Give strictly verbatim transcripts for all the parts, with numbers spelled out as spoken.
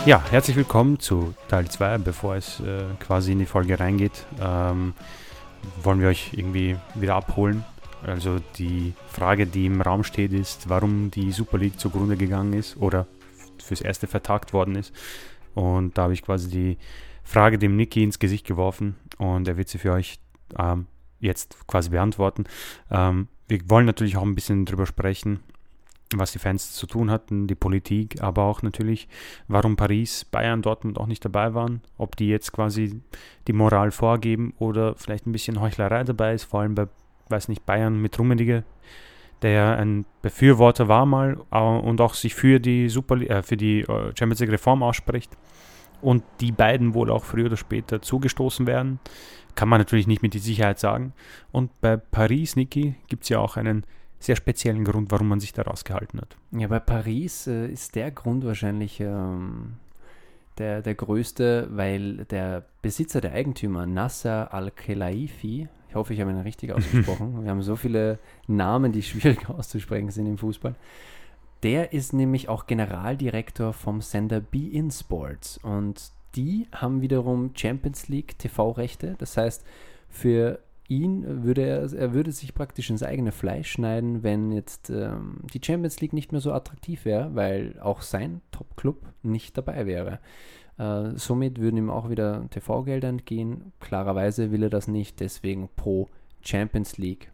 Ja, herzlich willkommen zu Teil zwei. Bevor es äh, quasi in die Folge reingeht, ähm, wollen wir euch irgendwie wieder abholen. Also die Frage, die im Raum steht, ist, warum die Super League zugrunde gegangen ist oder fürs Erste vertagt worden ist. Und da habe ich quasi die Frage dem Niki ins Gesicht geworfen und er wird sie für euch ähm, jetzt quasi beantworten. Ähm, wir wollen natürlich auch ein bisschen drüber sprechen, was die Fans zu tun hatten, die Politik, aber auch natürlich, warum Paris, Bayern, Dortmund auch nicht dabei waren, ob die jetzt quasi die Moral vorgeben oder vielleicht ein bisschen Heuchlerei dabei ist, vor allem bei, weiß nicht, Bayern mit Rummenigge, der ein Befürworter war mal äh, und auch sich für die Super äh, für die äh, Champions League Reform ausspricht und die beiden wohl auch früher oder später zugestoßen werden, kann man natürlich nicht mit die Sicherheit sagen. Und bei Paris, Niki, gibt es ja auch einen sehr speziellen Grund, warum man sich da rausgehalten hat. Ja, bei Paris äh, ist der Grund wahrscheinlich ähm, der, der größte, weil der Besitzer, der Eigentümer, Nasser Al-Khelaifi, ich hoffe, ich habe ihn richtig ausgesprochen, wir haben so viele Namen, die schwierig auszusprechen sind im Fußball, der ist nämlich auch Generaldirektor vom Sender Be In Sports und die haben wiederum Champions League T V-Rechte, das heißt, für ihn würde er, er würde sich praktisch ins eigene Fleisch schneiden, wenn jetzt ähm, die Champions League nicht mehr so attraktiv wäre, weil auch sein Top-Club nicht dabei wäre. Äh, somit würden ihm auch wieder T V-Gelder entgehen. Klarerweise will er das nicht, deswegen pro Champions League.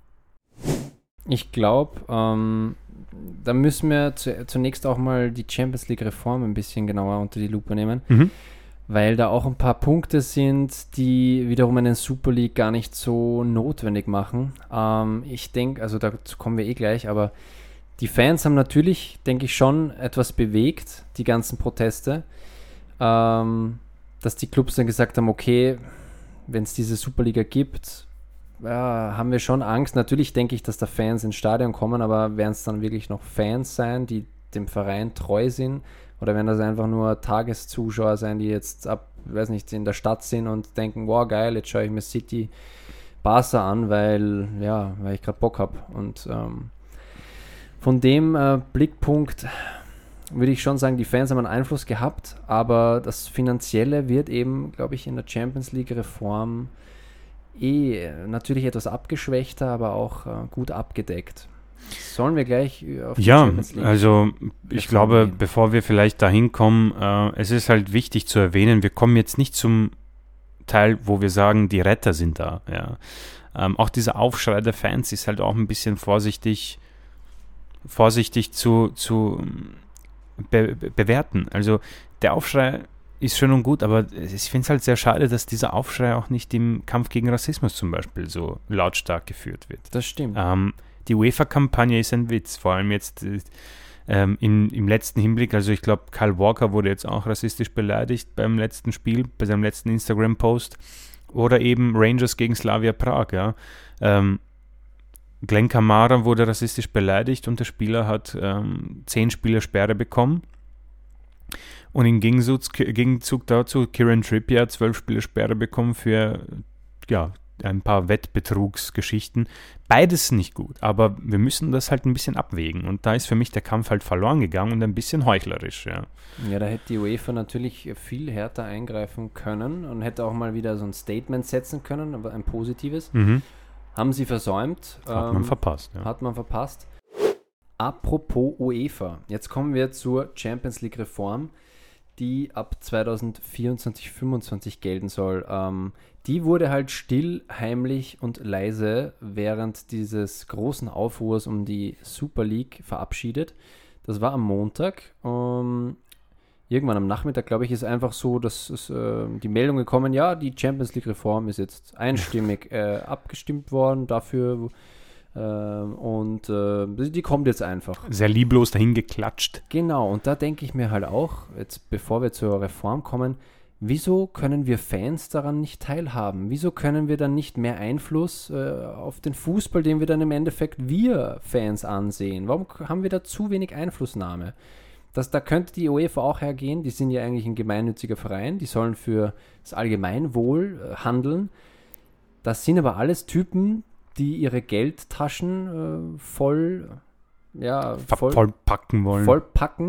Ich glaube, ähm, da müssen wir zu, zunächst auch mal die Champions League-Reform ein bisschen genauer unter die Lupe nehmen. Mhm. Weil da auch ein paar Punkte sind, die wiederum einen Super League gar nicht so notwendig machen. Ähm, ich denke, also dazu kommen wir eh gleich, aber die Fans haben natürlich, denke ich, schon etwas bewegt, die ganzen Proteste, ähm, dass die Clubs dann gesagt haben, okay, wenn es diese Superliga gibt, ja, haben wir schon Angst. Natürlich denke ich, dass da Fans ins Stadion kommen, aber werden es dann wirklich noch Fans sein, die dem Verein treu sind? Oder werden das einfach nur Tageszuschauer sein, die jetzt ab, weiß nicht, in der Stadt sind und denken, wow, geil, jetzt schaue ich mir City Barca an, weil, ja, weil ich gerade Bock habe. Und ähm, von dem äh, Blickpunkt würde ich schon sagen, die Fans haben einen Einfluss gehabt, aber das Finanzielle wird eben, glaube ich, in der Champions League Reform eh natürlich etwas abgeschwächter, aber auch äh, gut abgedeckt. Sollen wir gleich auf die Ja, Champions League also ich glaube, gehen? bevor wir vielleicht dahin kommen, äh, es ist halt wichtig zu erwähnen, wir kommen jetzt nicht zum Teil, wo wir sagen, die Retter sind da. Ja. Ähm, auch dieser Aufschrei der Fans ist halt auch ein bisschen vorsichtig, vorsichtig zu, zu be- be- bewerten. Also der Aufschrei ist schön und gut, aber ich finde es halt sehr schade, dass dieser Aufschrei auch nicht im Kampf gegen Rassismus zum Beispiel so lautstark geführt wird. Das stimmt. Ähm, Die UEFA-Kampagne ist ein Witz, vor allem jetzt ähm, in, im letzten Hinblick, also ich glaube, Kyle Walker wurde jetzt auch rassistisch beleidigt beim letzten Spiel, bei seinem letzten Instagram-Post, oder eben Rangers gegen Slavia Prag, ja. Ähm, Glenn Kamara wurde rassistisch beleidigt und der Spieler hat ähm, zehn Spieler Sperre bekommen und im Gegenzug, Gegenzug dazu Kieran Trippier zwölf Spieler Sperre bekommen für, ja, ein paar Wettbetrugsgeschichten. Beides nicht gut, aber wir müssen das halt ein bisschen abwägen. Und da ist für mich der Kampf halt verloren gegangen und ein bisschen heuchlerisch. Ja, ja, da hätte die UEFA natürlich viel härter eingreifen können und hätte auch mal wieder so ein Statement setzen können, aber ein positives. Mhm. Haben sie versäumt. Hat ähm, man verpasst. Ja. Hat man verpasst. Apropos UEFA, jetzt kommen wir zur Champions League Reform, die ab zwanzig vierundzwanzig fünfundzwanzig gelten soll. Ähm, die wurde halt still, heimlich und leise während dieses großen Aufruhrs um die Super League verabschiedet. Das war am Montag. Ähm, irgendwann am Nachmittag, glaube ich, ist einfach so, dass es, äh, die Meldung gekommen, ja, die Champions League Reform ist jetzt einstimmig äh, abgestimmt worden dafür. Äh, und äh, die kommt jetzt einfach. Sehr lieblos dahin geklatscht. Genau, und da denke ich mir halt auch, jetzt bevor wir zur Reform kommen, wieso können wir Fans daran nicht teilhaben? Wieso können wir dann nicht mehr Einfluss äh, auf den Fußball, den wir dann im Endeffekt wir Fans ansehen? Warum haben wir da zu wenig Einflussnahme? Das, da könnte die UEFA auch hergehen, die sind ja eigentlich ein gemeinnütziger Verein, die sollen für das Allgemeinwohl äh, handeln. Das sind aber alles Typen, die ihre Geldtaschen äh, voll, ja, voll, voll packen wollen. Voll packen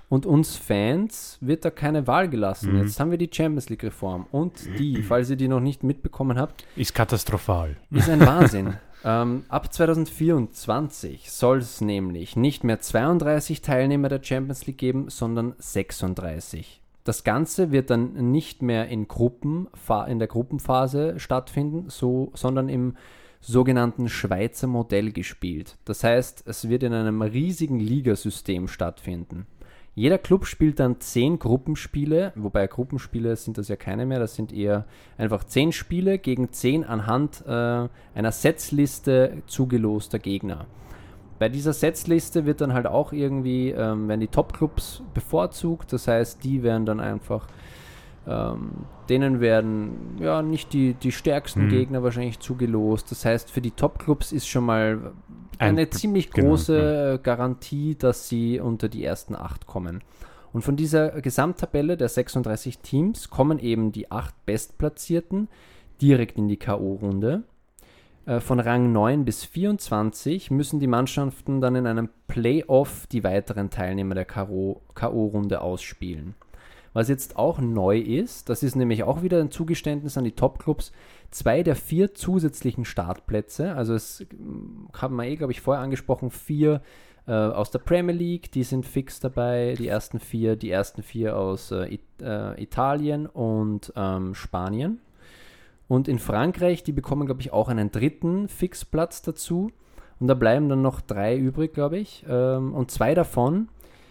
Und uns Fans wird da keine Wahl gelassen. Mhm. Jetzt haben wir die Champions League-Reform. Und die, falls ihr die noch nicht mitbekommen habt, Ist katastrophal. ist ein Wahnsinn. ähm, ab zwanzig vierundzwanzig soll es nämlich nicht mehr zweiunddreißig Teilnehmer der Champions League geben, sondern sechsunddreißig. Das Ganze wird dann nicht mehr in, Gruppen, in der Gruppenphase stattfinden, so, sondern im sogenannten Schweizer Modell gespielt. Das heißt, es wird in einem riesigen Ligasystem stattfinden. Jeder Club spielt dann zehn Gruppenspiele, wobei Gruppenspiele sind das ja keine mehr, das sind eher einfach zehn Spiele gegen zehn anhand äh, einer Setzliste zugeloster Gegner. Bei dieser Setzliste wird dann halt auch irgendwie, ähm, werden die Top-Clubs bevorzugt, das heißt, die werden dann einfach, ähm, denen werden ja nicht die, die stärksten mhm. Gegner wahrscheinlich zugelost. Das heißt, für die Top-Clubs ist schon mal eine Ein, ziemlich große genau, ja. Garantie, dass sie unter die ersten acht kommen. Und von dieser Gesamttabelle der sechsunddreißig Teams kommen eben die acht Bestplatzierten direkt in die K O-Runde. Äh, von Rang neun bis vierundzwanzig müssen die Mannschaften dann in einem Playoff die weiteren Teilnehmer der K O-Runde ausspielen. Was jetzt auch neu ist, das ist nämlich auch wieder ein Zugeständnis an die Top-Clubs, zwei der vier zusätzlichen Startplätze, also es haben wir eh, glaube ich, vorher angesprochen, vier äh, aus der Premier League, die sind fix dabei, die ersten vier, die ersten vier aus äh, It- äh, Italien und ähm, Spanien. Und in Frankreich, die bekommen, glaube ich, auch einen dritten Fixplatz dazu. Und da bleiben dann noch drei übrig, glaube ich. Ähm, und zwei davon,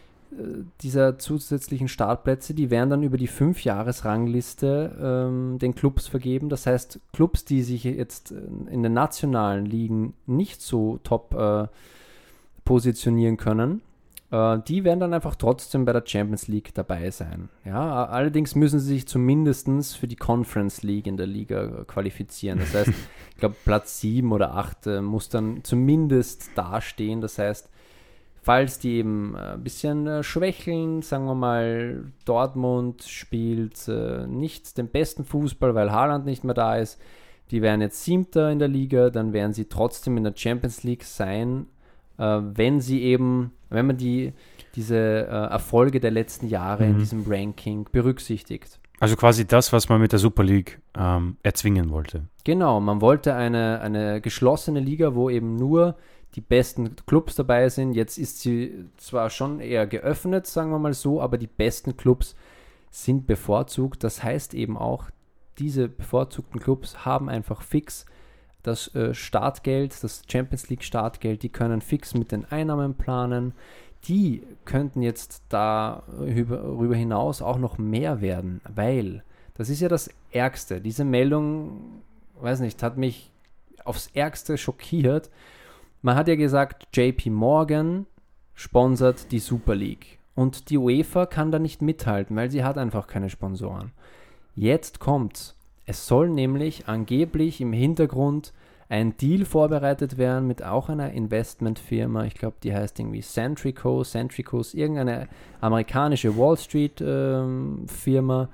dieser zusätzlichen Startplätze, die werden dann über die fünf-Jahres-Rangliste ähm, den Clubs vergeben. Das heißt, Clubs, die sich jetzt in den nationalen Ligen nicht so top äh, positionieren können, äh, die werden dann einfach trotzdem bei der Champions League dabei sein. Ja, allerdings müssen sie sich zumindest für die Conference League in der Liga qualifizieren. Das heißt, ich glaube, Platz sieben oder acht äh, muss dann zumindest dastehen. Das heißt, falls die eben ein bisschen äh, schwächeln, sagen wir mal, Dortmund spielt äh, nicht den besten Fußball, weil Haaland nicht mehr da ist, die wären jetzt Siebter in der Liga, dann werden sie trotzdem in der Champions League sein, äh, wenn sie eben, wenn man die, diese äh, Erfolge der letzten Jahre mhm. in diesem Ranking berücksichtigt. Also quasi das, was man mit der Super League ähm, erzwingen wollte. Genau, man wollte eine, eine geschlossene Liga, wo eben nur die besten Clubs dabei sind. Jetzt ist sie zwar schon eher geöffnet, sagen wir mal so, aber die besten Clubs sind bevorzugt. Das heißt eben auch, diese bevorzugten Clubs haben einfach fix das äh, Startgeld, das Champions League Startgeld, die können fix mit den Einnahmen planen. Die könnten jetzt darüber hinaus auch noch mehr werden, weil das ist ja das Ärgste. Diese Meldung, weiß nicht, hat mich aufs Ärgste schockiert. Man hat ja gesagt, J P Morgan sponsert die Super League und die UEFA kann da nicht mithalten, weil sie hat einfach keine Sponsoren. Jetzt kommt's. Es soll nämlich angeblich im Hintergrund ein Deal vorbereitet werden mit auch einer Investmentfirma. Ich glaube, die heißt irgendwie Centrico, Centricos, irgendeine amerikanische Wall Street ähm, Firma.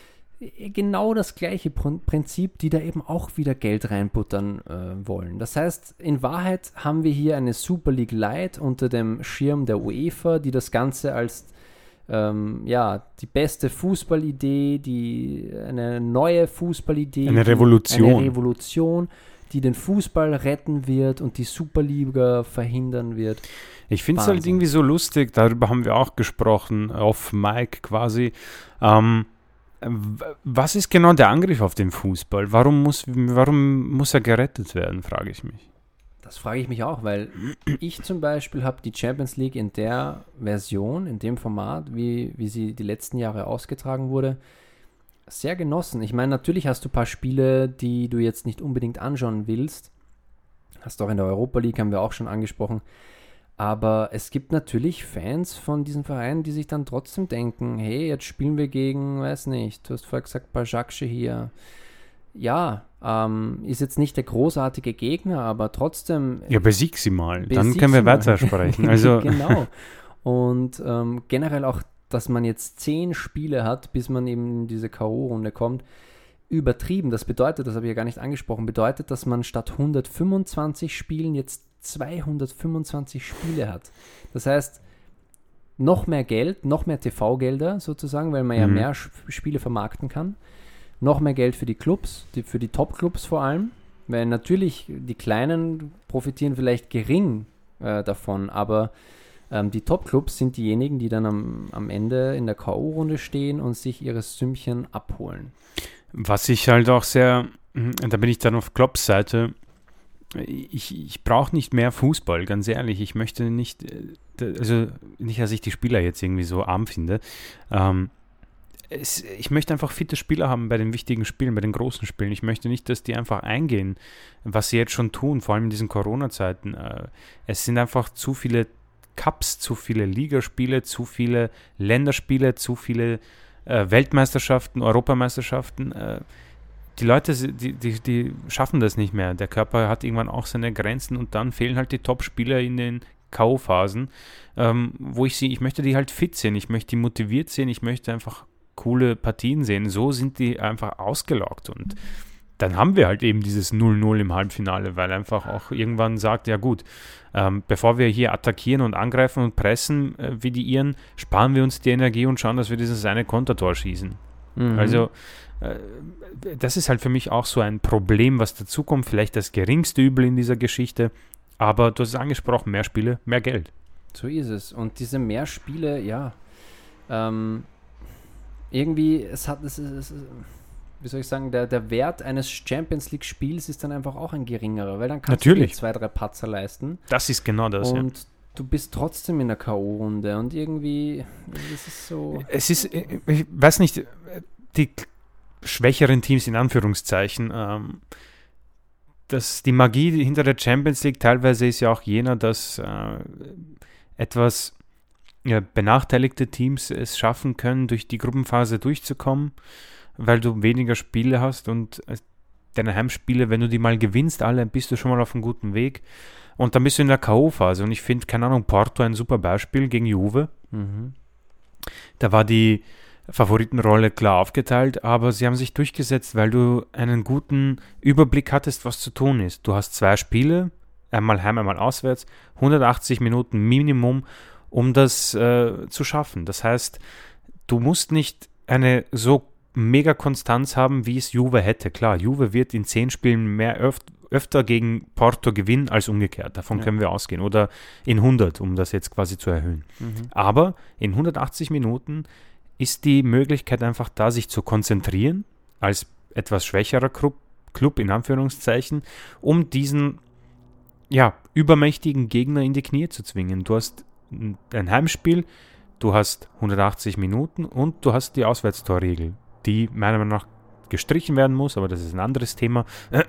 Genau das gleiche Prinzip, die da eben auch wieder Geld reinbuttern äh, wollen. Das heißt, in Wahrheit haben wir hier eine Super League Light unter dem Schirm der UEFA, die das Ganze als ähm, ja, die beste Fußballidee, die, eine neue Fußballidee, eine Revolution. Die, eine Revolution, die den Fußball retten wird und die Superliga verhindern wird. Ich finde es halt irgendwie so lustig, darüber haben wir auch gesprochen, auf Mike quasi. Ähm, Was ist genau der Angriff auf den Fußball? Warum muss, warum muss er gerettet werden, frage ich mich. Das frage ich mich auch, weil ich zum Beispiel habe die Champions League in der Version, in dem Format, wie, wie sie die letzten Jahre ausgetragen wurde, sehr genossen. Ich meine, natürlich hast du ein paar Spiele, die du jetzt nicht unbedingt anschauen willst. Hast du auch in der Europa League, haben wir auch schon angesprochen. Aber es gibt natürlich Fans von diesen Vereinen, die sich dann trotzdem denken, hey, jetzt spielen wir gegen, weiß nicht, du hast vorher gesagt, Bajaksche hier. Ja, ähm, ist jetzt nicht der großartige Gegner, aber trotzdem... Ja, besieg sie mal, besieg dann können wir weitersprechen. Also. Genau. Und ähm, generell auch, dass man jetzt zehn Spiele hat, bis man eben in diese K O-Runde kommt, übertrieben. Das bedeutet, das habe ich ja gar nicht angesprochen, bedeutet, dass man statt hundertfünfundzwanzig Spielen jetzt zweihundertfünfundzwanzig Spiele hat. Das heißt, noch mehr Geld, noch mehr T V-Gelder sozusagen, weil man ja Mhm. mehr Sch- Spiele vermarkten kann. Noch mehr Geld für die Clubs, die, für die Top-Clubs vor allem, weil natürlich die Kleinen profitieren vielleicht gering äh, davon, aber ähm, die Top-Clubs sind diejenigen, die dann am, am Ende in der K O-Runde stehen und sich ihre Sümmchen abholen. Was ich halt auch sehr, da bin ich dann auf Klopps Seite, ich, ich brauche nicht mehr Fußball, ganz ehrlich. Ich möchte nicht, äh, also nicht, dass ich die Spieler jetzt irgendwie so arm finde. Ähm, es, ich möchte einfach fitte Spieler haben bei den wichtigen Spielen, bei den großen Spielen. Ich möchte nicht, dass die einfach eingehen, was sie jetzt schon tun, vor allem in diesen Corona-Zeiten. Äh, es sind einfach zu viele Cups, zu viele Ligaspiele, zu viele Länderspiele, zu viele äh, Weltmeisterschaften, Europameisterschaften. Äh, die Leute, die, die, die schaffen das nicht mehr. Der Körper hat irgendwann auch seine Grenzen und dann fehlen halt die Top-Spieler in den K O-Phasen, ähm, wo ich sie, ich möchte die halt fit sehen, ich möchte die motiviert sehen, ich möchte einfach coole Partien sehen. So sind die einfach ausgelaugt und dann haben wir halt eben dieses null null im Halbfinale, weil einfach auch irgendwann sagt, ja gut, ähm, bevor wir hier attackieren und angreifen und pressen äh, wie die Iren, sparen wir uns die Energie und schauen, dass wir dieses eine Kontertor schießen. Mhm. Also äh, das ist halt für mich auch so ein Problem, was dazukommt, vielleicht das geringste Übel in dieser Geschichte, aber du hast es angesprochen, mehr Spiele, mehr Geld. So ist es. Und diese mehr Spiele, ja, ähm, irgendwie, es hat, es, es, es, wie soll ich sagen, der, der Wert eines Champions League Spiels ist dann einfach auch ein geringerer, weil dann kannst Natürlich. du dir zwei, drei Patzer leisten Das ist genau das, ja. und du bist trotzdem in der K O-Runde und irgendwie ist es so. Es ist, ich weiß nicht, die schwächeren Teams in Anführungszeichen, ähm, dass die Magie hinter der Champions League teilweise ist ja auch jener, dass äh, etwas ja, benachteiligte Teams es schaffen können, durch die Gruppenphase durchzukommen, weil du weniger Spiele hast und äh, deine Heimspiele, wenn du die mal gewinnst, alle, bist du schon mal auf einem guten Weg und dann bist du in der K O-Phase und ich finde, keine Ahnung, Porto ein super Beispiel gegen Juve. Mhm. Da war die Favoritenrolle klar aufgeteilt, aber sie haben sich durchgesetzt, weil du einen guten Überblick hattest, was zu tun ist. Du hast zwei Spiele, einmal heim, einmal auswärts, hundertachtzig Minuten Minimum, um das äh, zu schaffen. Das heißt, du musst nicht eine so mega Konstanz haben, wie es Juve hätte. Klar, Juve wird in zehn Spielen mehr öf- öfter gegen Porto gewinnen als umgekehrt. Davon Ja. können wir ausgehen. Oder in hundert, um das jetzt quasi zu erhöhen. Mhm. Aber in hundertachtzig Minuten ist die Möglichkeit einfach da, sich zu konzentrieren, als etwas schwächerer Club, Club in Anführungszeichen, um diesen ja, übermächtigen Gegner in die Knie zu zwingen. Du hast ein Heimspiel, du hast hundertachtzig Minuten und du hast die Auswärtstorregel, die meiner Meinung nach gestrichen werden muss, aber das ist ein anderes Thema.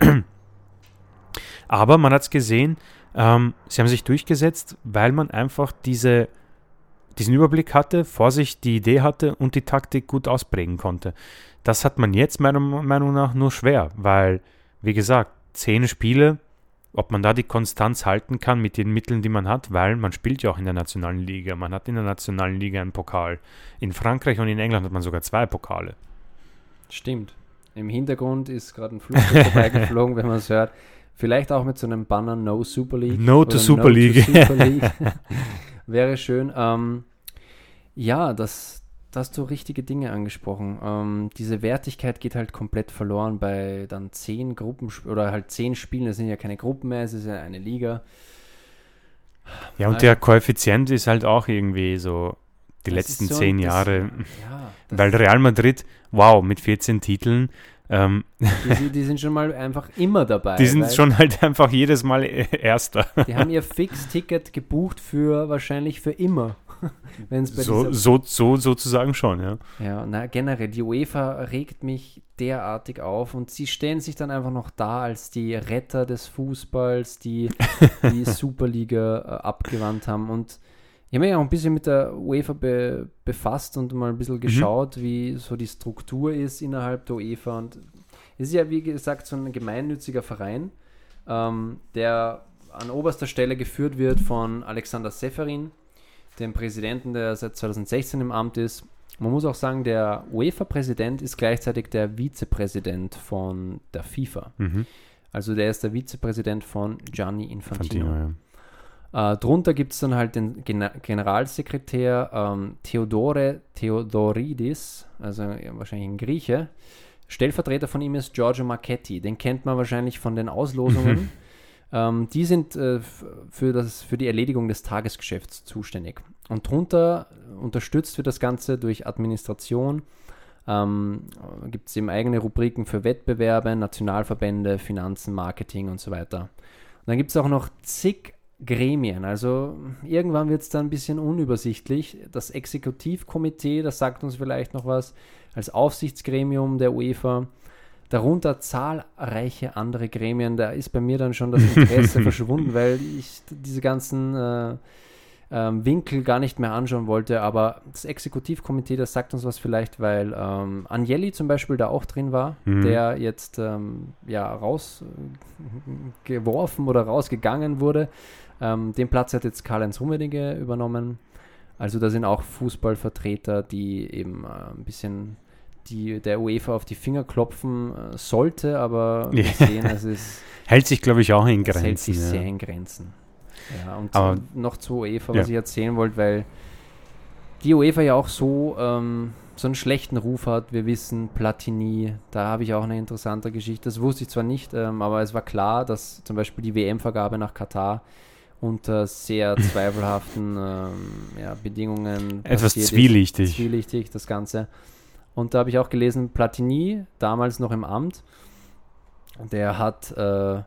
Aber man hat es gesehen, ähm, sie haben sich durchgesetzt, weil man einfach diese diesen Überblick hatte, vor sich die Idee hatte und die Taktik gut ausprägen konnte. Das hat man jetzt meiner Meinung nach nur schwer, weil, wie gesagt, zehn Spiele, ob man da die Konstanz halten kann mit den Mitteln, die man hat, weil man spielt ja auch in der nationalen Liga. Man hat in der nationalen Liga einen Pokal. In Frankreich und in England hat man sogar zwei Pokale. Stimmt. Im Hintergrund ist gerade ein Flugzeug vorbeigeflogen, wenn man es hört. Vielleicht auch mit so einem Banner No Super League. No to Super League. Super League. Wäre schön. Ähm, ja, das, da hast du richtige Dinge angesprochen. Ähm, diese Wertigkeit geht halt komplett verloren bei dann zehn Gruppen oder halt zehn Spielen. Das sind ja keine Gruppen mehr, es ist ja eine Liga. Ja, und der Koeffizient ist halt auch irgendwie so die Das letzten ist so- zehn das- Jahre. Ja, das, Weil Real Madrid, wow, mit vierzehn Titeln, ähm, die, die sind schon mal einfach immer dabei. die sind weil schon halt einfach jedes Mal Erster. Die haben ihr Fix-Ticket gebucht für wahrscheinlich für immer. Wenn's bei So, dieser, so, so sozusagen schon, ja. ja, na, generell, die UEFA regt mich derartig auf und sie stellen sich dann einfach noch da als die Retter des Fußballs, die die Superliga äh, abgewandt haben. Und ich habe mich auch ein bisschen mit der UEFA be, befasst und mal ein bisschen geschaut, mhm. wie so die Struktur ist innerhalb der UEFA. Und es ist ja, wie gesagt, so ein gemeinnütziger Verein, ähm, der an oberster Stelle geführt wird von Alexander Seferin, dem Präsidenten, der seit zweitausendsechzehn im Amt ist. Man muss auch sagen, der UEFA-Präsident ist gleichzeitig der Vizepräsident von der FIFA. Mhm. Also der ist der Vizepräsident von Gianni Infantino. Fantino, Äh, drunter gibt es dann halt den Gen- Generalsekretär ähm, Theodore Theodoridis, also ja, wahrscheinlich ein Grieche. Stellvertreter von ihm ist Giorgio Marchetti. Den kennt man wahrscheinlich von den Auslosungen. ähm, die sind äh, f- für, das, für die Erledigung des Tagesgeschäfts zuständig. Und drunter unterstützt wird das Ganze durch Administration. Ähm, gibt es eben eigene Rubriken für Wettbewerbe, Nationalverbände, Finanzen, Marketing und so weiter. Und dann gibt es auch noch zig Gremien, also irgendwann wird es dann ein bisschen unübersichtlich. Das Exekutivkomitee, das sagt uns vielleicht noch was, als Aufsichtsgremium der UEFA, darunter zahlreiche andere Gremien, da ist bei mir dann schon das Interesse verschwunden, weil ich diese ganzen äh, ähm, Winkel gar nicht mehr anschauen wollte, aber das Exekutivkomitee, das sagt uns was vielleicht, weil ähm, Agnelli zum Beispiel da auch drin war, mhm. der jetzt ähm, ja rausgeworfen oder rausgegangen wurde. Ähm, den Platz hat jetzt Karl-Heinz Rummenigge übernommen. Also da sind auch Fußballvertreter, die eben äh, ein bisschen die, der UEFA auf die Finger klopfen äh, sollte, aber wir sehen, es ist... hält sich, glaube ich, auch in Grenzen. Es hält sich ja. sehr in Grenzen. Ja, und aber, noch zur UEFA, ja. was ich erzählen wollte, weil die UEFA ja auch so, ähm, so einen schlechten Ruf hat. Wir wissen, Platini, da habe ich auch eine interessante Geschichte. Das wusste ich zwar nicht, ähm, aber es war klar, dass zum Beispiel die W M-Vergabe nach Katar unter sehr zweifelhaften ähm, ja, Bedingungen etwas zwielichtig. zwielichtig, das Ganze. Und da habe ich auch gelesen, Platini, damals noch im Amt, der hat, äh,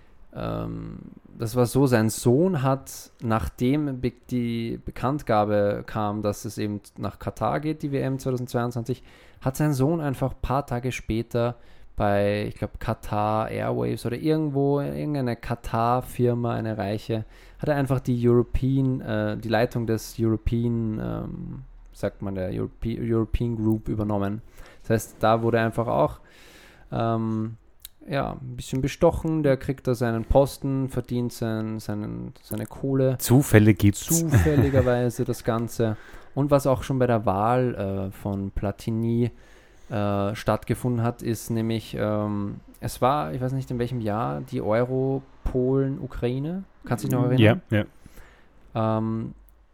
ähm, das war so, sein Sohn hat, nachdem be- die Bekanntgabe kam, dass es eben nach Katar geht, die W M zweitausendzweiundzwanzig, hat sein Sohn einfach ein paar Tage später bei, ich glaube, Qatar Airways oder irgendwo, irgendeine Katar-Firma, eine reiche, hat er einfach die European, äh, die Leitung des European, ähm, sagt man, der Europe- European Group übernommen. Das heißt, da wurde einfach auch ähm, ja, ein bisschen bestochen, der kriegt da seinen Posten, verdient sein, seinen, seine Kohle. Zufälle gibt's. Zufälligerweise das Ganze. Und was auch schon bei der Wahl äh, von Platini Äh, stattgefunden hat, ist nämlich, ähm, es war, ich weiß nicht in welchem Jahr, die Euro, Polen, Ukraine. Kannst du dich noch erinnern? Ja, ja. Ähm,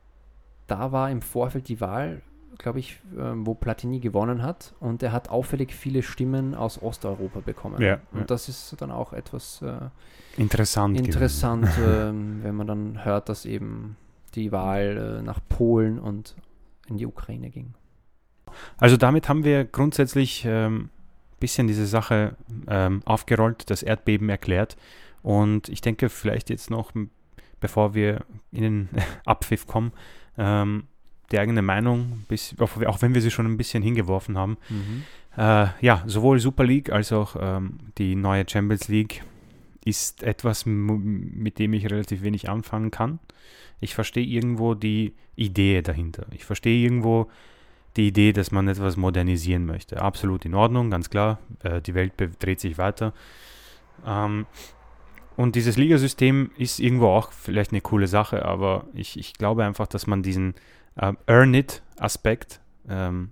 da war im Vorfeld die Wahl, glaube ich, äh, wo Platini gewonnen hat und er hat auffällig viele Stimmen aus Osteuropa bekommen. Ja, und ja. das ist dann auch etwas äh, interessant, interessant ähm, wenn man dann hört, dass eben die Wahl äh, nach Polen und in die Ukraine ging. Also damit haben wir grundsätzlich ein ähm, bisschen diese Sache ähm, aufgerollt, das Erdbeben erklärt. Und ich denke vielleicht jetzt noch, bevor wir in den Abpfiff kommen, ähm, die eigene Meinung, bis, auch wenn wir sie schon ein bisschen hingeworfen haben. Mhm. Äh, ja, sowohl Super League als auch ähm, die neue Champions League ist etwas, m- mit dem ich relativ wenig anfangen kann. Ich verstehe irgendwo die Idee dahinter. Ich verstehe irgendwo die Idee, dass man etwas modernisieren möchte. Absolut in Ordnung, ganz klar. Äh, die Welt be- dreht sich weiter. Ähm, und dieses Ligasystem ist irgendwo auch vielleicht eine coole Sache, aber ich, ich glaube einfach, dass man diesen äh, Earn-It-Aspekt ähm,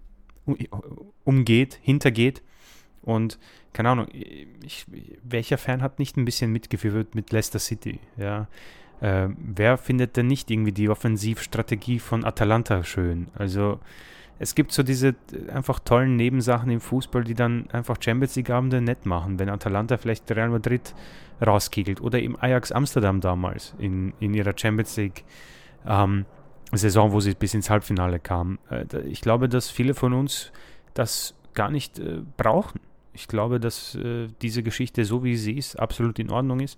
umgeht, hintergeht. Und keine Ahnung, ich, welcher Fan hat nicht ein bisschen mitgeführt mit Leicester City? Ja? Äh, wer findet denn nicht irgendwie die Offensivstrategie von Atalanta schön? Also es gibt so diese einfach tollen Nebensachen im Fußball, die dann einfach Champions League-Abende nett machen, wenn Atalanta vielleicht Real Madrid rauskegelt oder eben Ajax Amsterdam damals in, in ihrer Champions League ähm, Saison, wo sie bis ins Halbfinale kamen. Äh, ich glaube, dass viele von uns das gar nicht äh, brauchen. Ich glaube, dass äh, diese Geschichte, so wie sie ist, absolut in Ordnung ist.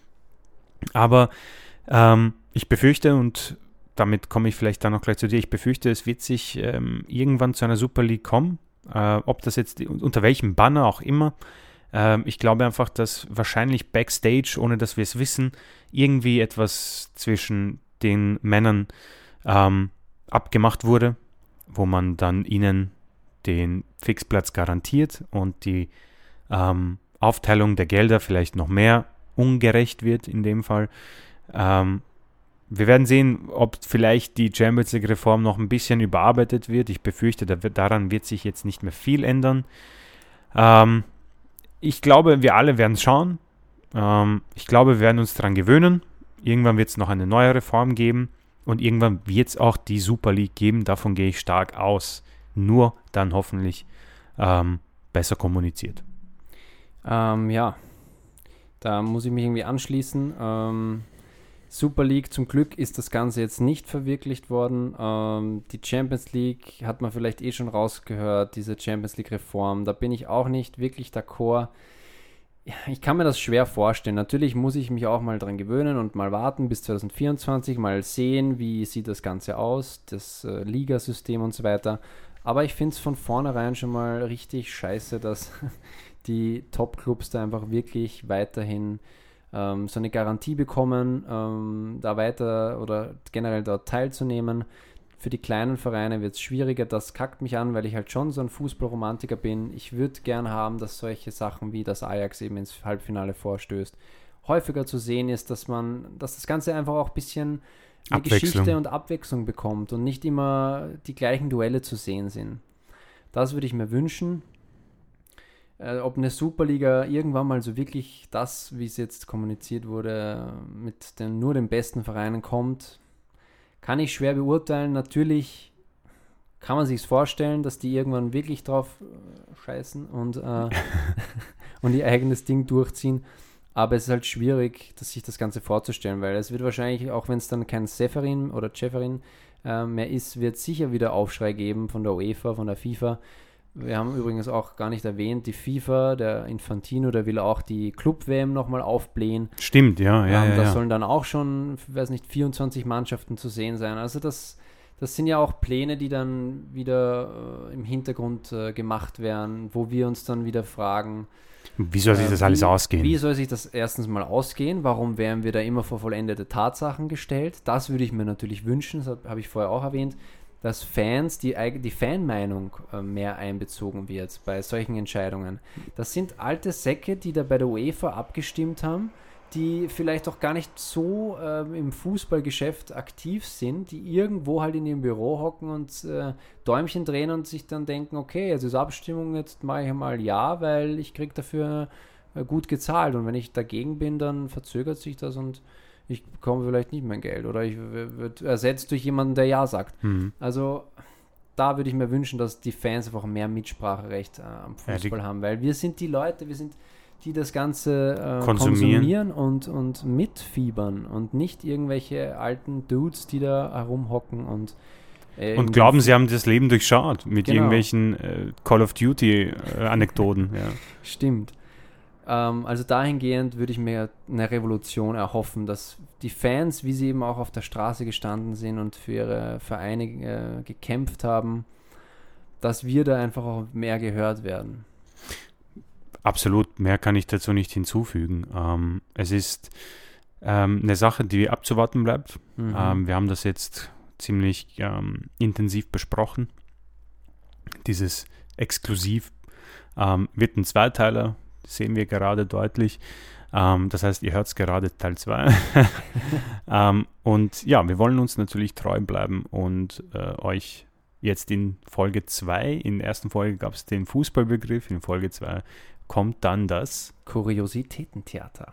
Aber ähm, ich befürchte, und damit komme ich vielleicht dann noch gleich zu dir. Ich befürchte, es wird sich ähm, irgendwann zu einer Super League kommen. Äh, ob das jetzt, unter welchem Banner auch immer. Ähm, ich glaube einfach, dass wahrscheinlich Backstage, ohne dass wir es wissen, irgendwie etwas zwischen den Männern ähm, abgemacht wurde, wo man dann ihnen den Fixplatz garantiert und die ähm, Aufteilung der Gelder vielleicht noch mehr ungerecht wird in dem Fall. Ähm, Wir werden sehen, ob vielleicht die Champions League-Reform noch ein bisschen überarbeitet wird. Ich befürchte, da wird, daran wird sich jetzt nicht mehr viel ändern. Ähm, ich glaube, wir alle werden es schauen. Ähm, ich glaube, wir werden uns daran gewöhnen. irgendwann wird es noch eine neue Reform geben und irgendwann wird es auch die Super League geben, davon gehe ich stark aus. Nur dann hoffentlich ähm, besser kommuniziert. Ähm, ja, da muss ich mich irgendwie anschließen. Ähm, Super League, zum Glück ist das Ganze jetzt nicht verwirklicht worden. Ähm, die Champions League hat man vielleicht eh schon rausgehört, diese Champions League Reform. Da bin ich auch nicht wirklich d'accord. Ich kann mir das schwer vorstellen. Natürlich muss ich mich auch mal dran gewöhnen und mal warten bis zwanzig vierundzwanzig, mal sehen, wie sieht das Ganze aus, das äh, Ligasystem und so weiter. Aber ich finde es von vornherein schon mal richtig scheiße, dass die Top-Clubs da einfach wirklich weiterhin ähm, so eine Garantie bekommen, ähm, da weiter oder generell dort teilzunehmen. Für die kleinen Vereine wird es schwieriger, das kackt mich an, weil ich halt schon so ein Fußballromantiker bin. Ich würde gern haben, dass solche Sachen wie das Ajax eben ins Halbfinale vorstößt, häufiger zu sehen ist, dass man, dass das Ganze einfach auch ein bisschen eine Geschichte und Abwechslung bekommt und nicht immer die gleichen Duelle zu sehen sind. Das würde ich mir wünschen. Äh, ob eine Superliga irgendwann mal so wirklich das, wie es jetzt kommuniziert wurde, mit den, nur den besten Vereinen kommt, kann ich schwer beurteilen. Natürlich kann man sich es vorstellen, dass die irgendwann wirklich drauf äh, scheißen und, äh, und ihr eigenes Ding durchziehen. Aber es ist halt schwierig, dass sich das Ganze vorzustellen, weil es wird wahrscheinlich, auch wenn es dann kein Seferin oder Ceferin äh, mehr ist, wird sicher wieder Aufschrei geben von der UEFA, von der FIFA. Wir haben übrigens auch gar nicht erwähnt, die FIFA, der Infantino, der will auch die Club-W M nochmal aufblähen. Stimmt, ja. ja, ähm, ja da ja. sollen dann auch schon, weiß nicht, vierundzwanzig Mannschaften zu sehen sein. Also das, das sind ja auch Pläne, die dann wieder äh, im Hintergrund äh, gemacht werden, wo wir uns dann wieder fragen, wie soll sich das äh, alles wie, ausgehen? Wie soll sich das erstens mal ausgehen? Warum werden wir da immer vor vollendete Tatsachen gestellt? Das würde ich mir natürlich wünschen, das habe ich vorher auch erwähnt, dass Fans, die, die Fanmeinung äh, mehr einbezogen wird bei solchen Entscheidungen. Das sind alte Säcke, die da bei der UEFA abgestimmt haben, die vielleicht auch gar nicht so äh, im Fußballgeschäft aktiv sind, die irgendwo halt in ihrem Büro hocken und äh, Däumchen drehen und sich dann denken, okay, jetzt ist Abstimmung, jetzt mache ich mal ja, weil ich kriege dafür äh, gut gezahlt und wenn ich dagegen bin, dann verzögert sich das und ich bekomme vielleicht nicht mein Geld oder ich werde ersetzt durch jemanden, der ja sagt. Mhm. Also da würde ich mir wünschen, dass die Fans einfach mehr Mitspracherecht äh, am Fußball ja, haben, weil wir sind die Leute, wir sind die das Ganze äh, konsumieren, konsumieren und, und mitfiebern und nicht irgendwelche alten Dudes, die da herumhocken und äh, und glauben, sie haben das Leben durchschaut mit genau. irgendwelchen äh, Call of Duty äh, Anekdoten. Ja. Stimmt. Ähm, also dahingehend würde ich mir eine Revolution erhoffen, dass die Fans, wie sie eben auch auf der Straße gestanden sind und für ihre Vereine äh, gekämpft haben, dass wir da einfach auch mehr gehört werden. Absolut, mehr kann ich dazu nicht hinzufügen. Ähm, es ist ähm, eine Sache, die abzuwarten bleibt. Mhm. Ähm, wir haben das jetzt ziemlich ähm, intensiv besprochen. Dieses Exklusiv ähm, wird ein Zweiteiler, sehen wir gerade deutlich. Ähm, das heißt, ihr hört es gerade Teil zwei. ähm, und ja, wir wollen uns natürlich treu bleiben und äh, euch jetzt in Folge zwei, in der ersten Folge gab es den Fußballbegriff, in Folge zwei kommt dann das Kuriositätentheater.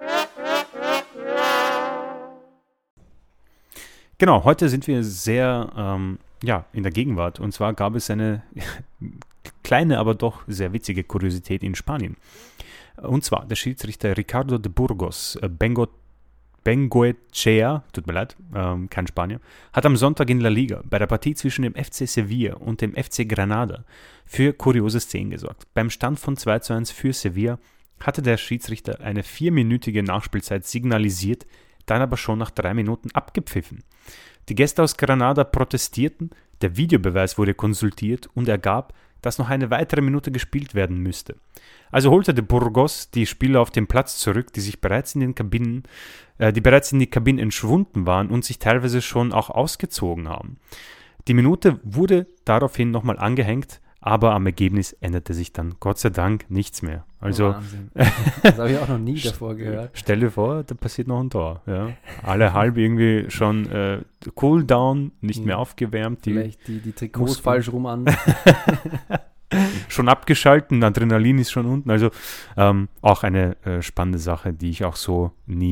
Genau, heute sind wir sehr ähm, ja, in der Gegenwart. Und zwar gab es eine kleine, aber doch sehr witzige Kuriosität in Spanien. Und zwar der Schiedsrichter Ricardo de Burgos, äh, Bengo Bengoechea, tut mir leid, ähm, kein Spanier, hat am Sonntag in La Liga bei der Partie zwischen dem F C Sevilla und dem F C Granada für kuriose Szenen gesorgt. Beim Stand von zwei zu eins für Sevilla hatte der Schiedsrichter eine vierminütige Nachspielzeit signalisiert, dann aber schon nach drei Minuten abgepfiffen. Die Gäste aus Granada protestierten, der Videobeweis wurde konsultiert und ergab, dass noch eine weitere Minute gespielt werden müsste. Also holte de Burgos die Spieler auf den Platz zurück, die sich bereits in den Kabinen, äh, die bereits in die Kabinen entschwunden waren und sich teilweise schon auch ausgezogen haben. Die Minute wurde daraufhin nochmal angehängt, aber am Ergebnis änderte sich dann Gott sei Dank nichts mehr. Also, Wahnsinn. Das habe ich auch noch nie davor gehört. Stell dir vor, da passiert noch ein Tor. Ja. Alle halb irgendwie schon äh, Cooldown, nicht ja. mehr aufgewärmt. Die Vielleicht die, die Trikots Muskeln. falsch rum an. Schon abgeschalten, Adrenalin ist schon unten. Also ähm, auch eine äh, spannende Sache, die ich auch so nie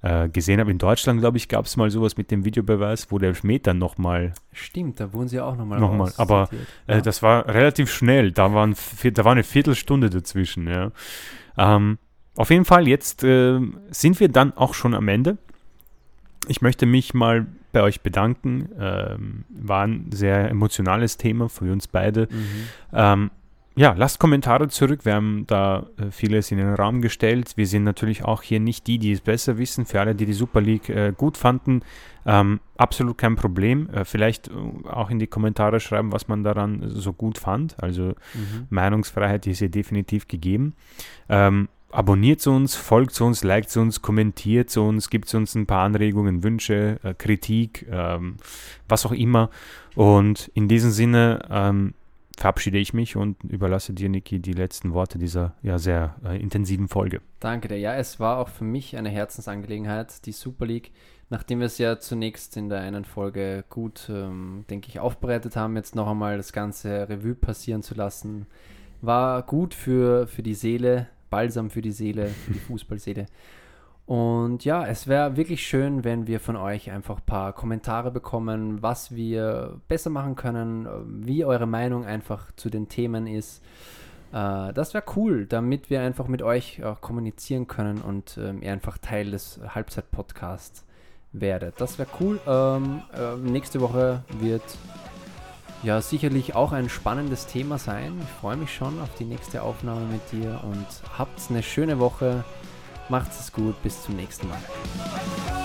äh, gesehen habe. In Deutschland, glaube ich, gab es mal sowas mit dem Videobeweis, wo der Elfmeter nochmal... Stimmt, da wurden sie auch nochmal Nochmal, aber äh, ja. das war relativ schnell. Da, waren, da war eine Viertelstunde dazwischen. Ja. Ähm, auf jeden Fall, jetzt äh, sind wir dann auch schon am Ende. Ich möchte mich mal bei euch bedanken. Ähm, war ein sehr emotionales Thema für uns beide. Mhm. Ähm, ja, lasst Kommentare zurück. Wir haben da äh, vieles in den Raum gestellt. Wir sind natürlich auch hier nicht die, die es besser wissen. Für alle, die die Super League äh, gut fanden, ähm, absolut kein Problem. Äh, vielleicht äh, auch in die Kommentare schreiben, was man daran so gut fand. Also Mhm. Meinungsfreiheit ist hier definitiv gegeben. Ähm, abonniert uns, folgt uns, liked uns, kommentiert uns, gibt uns ein paar Anregungen, Wünsche, äh, Kritik, ähm, was auch immer. Und in diesem Sinne ähm, verabschiede ich mich und überlasse dir, Niki, die letzten Worte dieser ja sehr äh, intensiven Folge. Danke dir. Ja, es war auch für mich eine Herzensangelegenheit, die Super League. Nachdem wir es ja zunächst in der einen Folge gut, ähm, denke ich, aufbereitet haben, jetzt noch einmal das ganze Revue passieren zu lassen, war gut für, für die Seele, Balsam für die Seele, für die Fußballseele. Und ja, es wäre wirklich schön, wenn wir von euch einfach ein paar Kommentare bekommen, was wir besser machen können, wie eure Meinung einfach zu den Themen ist. Äh, das wäre cool, damit wir einfach mit euch auch kommunizieren können und ähm, ihr einfach Teil des Halbzeit-Podcasts werdet. Das wäre cool. Ähm, äh, nächste Woche wird ja sicherlich auch ein spannendes Thema sein. Ich freue mich schon auf die nächste Aufnahme mit dir und habt eine schöne Woche. Macht's es gut, bis zum nächsten Mal.